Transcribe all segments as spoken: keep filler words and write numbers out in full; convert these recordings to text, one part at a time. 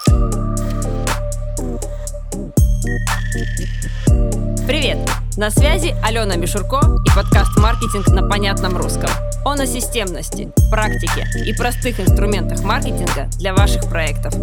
Привет! На связи Алена Мишурко и подкаст «Маркетинг на понятном русском». Он о системности, практике и простых инструментах маркетинга для ваших проектов.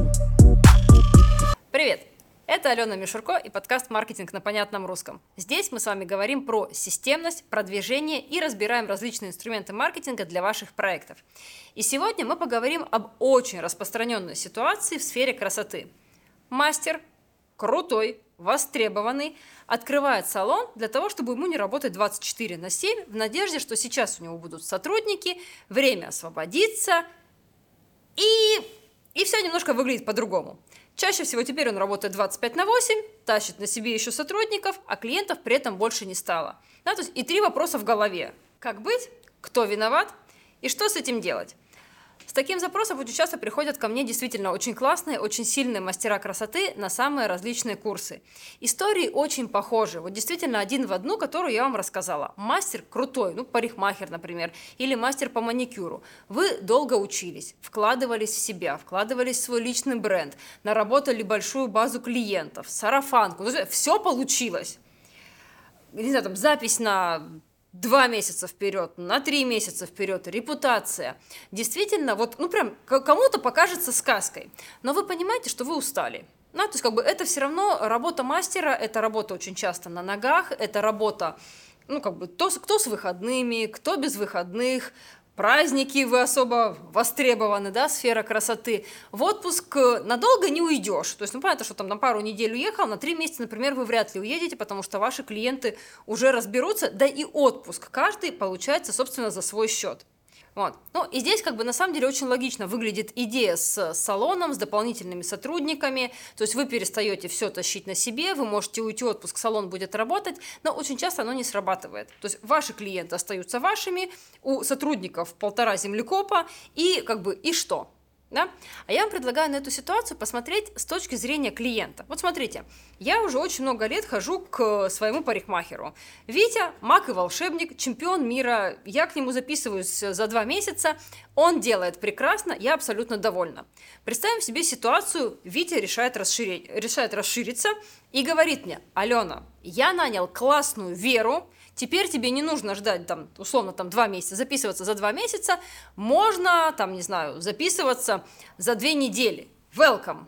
Привет! Это Алена Мишурко и подкаст «Маркетинг на понятном русском». Здесь мы с вами говорим про системность, продвижение и разбираем различные инструменты маркетинга для ваших проектов. И сегодня мы поговорим об очень распространенной ситуации в сфере красоты. Мастер, крутой, востребованный, открывает салон для того, чтобы ему не работать двадцать четыре на семь, в надежде, что сейчас у него будут сотрудники, время освободится, и, и все немножко выглядит по-другому. Чаще всего теперь он работает двадцать пять на восемь, тащит на себе еще сотрудников, а клиентов при этом больше не стало. Да, то есть и три вопроса в голове. Как быть? Кто виноват? И что с этим делать? С таким запросом очень часто приходят ко мне действительно очень классные, очень сильные мастера красоты на самые различные курсы. Истории очень похожи. Вот действительно один в одну, которую я вам рассказала. Мастер крутой, ну парикмахер, например, или мастер по маникюру. Вы долго учились, вкладывались в себя, вкладывались в свой личный бренд, наработали большую базу клиентов, сарафанку. Все получилось. Не знаю, там запись на два месяца вперед, на три месяца вперед, репутация. Действительно, вот, ну прям кому-то покажется сказкой, но вы понимаете, что вы устали. Ну, то есть как бы это все равно работа мастера, это работа очень часто на ногах, это работа, ну как бы то, кто с выходными, кто без выходных, праздники вы особо востребованы, да, сфера красоты. В отпуск надолго не уйдешь. То есть, ну, понятно, что там на пару недель уехал, на три месяца, например, вы вряд ли уедете, потому что ваши клиенты уже разберутся, да и отпуск каждый получается, собственно, за свой счет. Вот. Ну, и здесь как бы на самом деле очень логично выглядит идея с салоном, с дополнительными сотрудниками, то есть вы перестаете все тащить на себе, вы можете уйти в отпуск, салон будет работать, но очень часто оно не срабатывает. То есть ваши клиенты остаются вашими, у сотрудников полтора землекопа, и как бы и что? Да? А я вам предлагаю на эту ситуацию посмотреть с точки зрения клиента. Вот смотрите, я уже очень много лет хожу к своему парикмахеру. Витя, маг и волшебник, чемпион мира, я к нему записываюсь за два месяца, он делает прекрасно, я абсолютно довольна. Представим себе ситуацию, Витя решает, расширить, решает расшириться и говорит мне: Алена, я нанял классную Веру, теперь тебе не нужно ждать, там, условно, там, два месяца, записываться за два месяца, можно, там, не знаю, записываться за две недели. Welcome.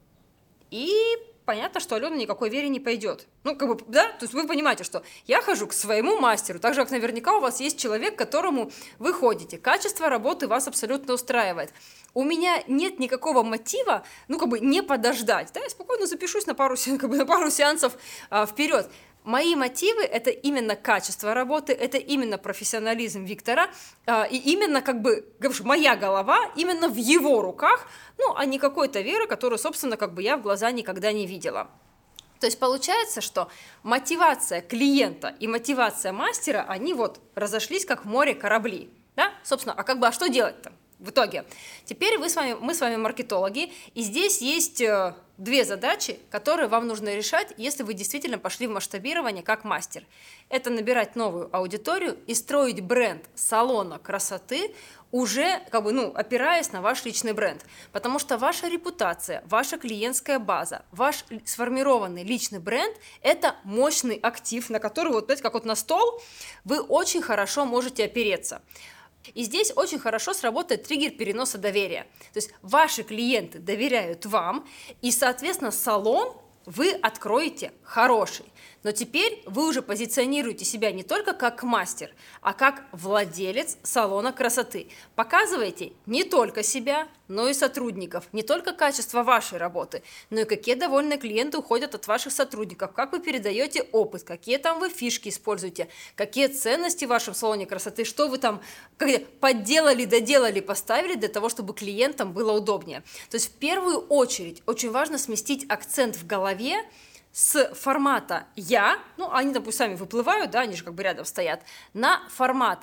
И понятно, что Алена никакой Вере не пойдет. Ну, как бы, да, то есть вы понимаете, что я хожу к своему мастеру, так же, как наверняка у вас есть человек, к которому вы ходите. Качество работы вас абсолютно устраивает. У меня нет никакого мотива, ну, как бы, не подождать. Да, я спокойно запишусь на пару, как бы, на пару сеансов а, вперед. Мои мотивы – это именно качество работы, это именно профессионализм Виктора, э, и именно, как бы, говорю, моя голова именно в его руках, ну, а не какой-то Веры, которую, собственно, как бы я в глаза никогда не видела. То есть получается, что мотивация клиента и мотивация мастера, они вот разошлись, как в море корабли, да? Собственно, а как бы, а что делать-то? В итоге, теперь вы с вами, мы с вами маркетологи, и здесь есть э, две задачи, которые вам нужно решать, если вы действительно пошли в масштабирование как мастер. Это набирать новую аудиторию и строить бренд салона красоты, уже как бы, ну, опираясь на ваш личный бренд. Потому что ваша репутация, ваша клиентская база, ваш сформированный личный бренд – это мощный актив, на который, вот, знаете, как вот на стол, вы очень хорошо можете опереться. И здесь очень хорошо сработает триггер переноса доверия. То есть ваши клиенты доверяют вам, и, соответственно, салон вы откроете хороший. Но теперь вы уже позиционируете себя не только как мастер, а как владелец салона красоты. Показываете не только себя, но и сотрудников, не только качество вашей работы, но и какие довольные клиенты уходят от ваших сотрудников, как вы передаете опыт, какие там вы фишки используете, какие ценности в вашем салоне красоты, что вы там подделали, доделали, поставили для того, чтобы клиентам было удобнее. То есть в первую очередь очень важно сместить акцент в голове с формата «я», ну, они там пусть сами выплывают, да, они же как бы рядом стоят, на формат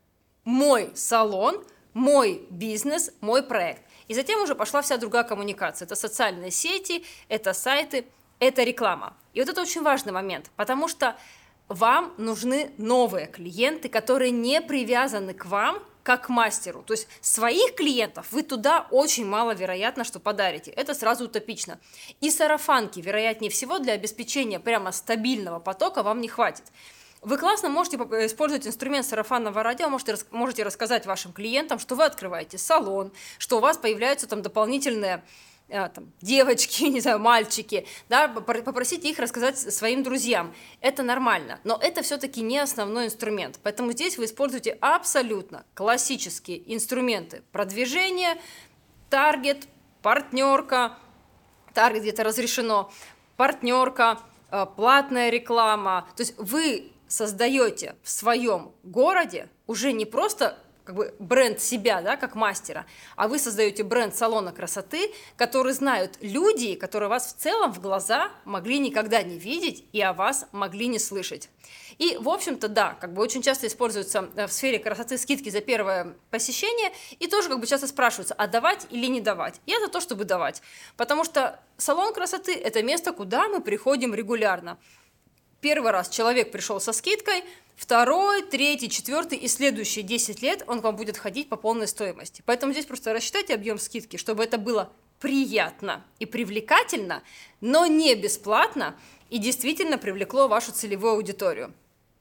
«мой салон», «мой бизнес», «мой проект». И затем уже пошла вся другая коммуникация. Это социальные сети, это сайты, это реклама. И вот это очень важный момент, потому что вам нужны новые клиенты, которые не привязаны к вам как мастеру. То есть своих клиентов вы туда очень маловероятно, что подарите. Это сразу утопично. И сарафанки, вероятнее всего, для обеспечения прямо стабильного потока вам не хватит. Вы классно можете использовать инструмент сарафанного радио, можете, можете рассказать вашим клиентам, что вы открываете салон, что у вас появляются там дополнительные там, девочки, не знаю, мальчики, да, попросите их рассказать своим друзьям. Это нормально, но это все-таки не основной инструмент. Поэтому здесь вы используете абсолютно классические инструменты продвижения, таргет, партнерка, таргет где-то разрешено, партнерка, платная реклама. То есть вы создаете в своем городе уже не просто как бы бренд себя, да, как мастера, а вы создаете бренд салона красоты, который знают люди, которые вас в целом в глаза могли никогда не видеть и о вас могли не слышать. И, в общем-то, да, как бы очень часто используются в сфере красоты скидки за первое посещение, и тоже как бы часто спрашиваются, а давать или не давать. Я за то, чтобы давать, потому что салон красоты – это место, куда мы приходим регулярно. Первый раз человек пришел со скидкой, второй, третий, четвертый и следующие десять лет он к вам будет ходить по полной стоимости. Поэтому здесь просто рассчитайте объем скидки, чтобы это было приятно и привлекательно, но не бесплатно и действительно привлекло вашу целевую аудиторию.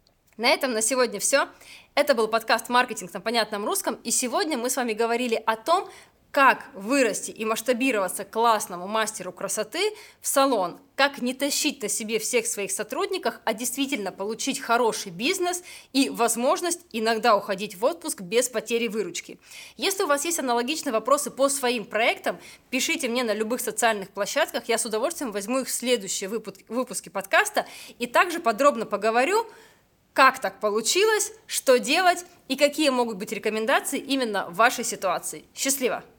На этом на сегодня все. Это был подкаст «Маркетинг на понятном русском», и сегодня мы с вами говорили о том, как вырасти и масштабироваться классному мастеру красоты в салон, как не тащить на себе всех своих сотрудников, а действительно получить хороший бизнес и возможность иногда уходить в отпуск без потери выручки. Если у вас есть аналогичные вопросы по своим проектам, пишите мне на любых социальных площадках, я с удовольствием возьму их в следующие выпуски подкаста и также подробно поговорю, как так получилось, что делать и какие могут быть рекомендации именно в вашей ситуации. Счастливо!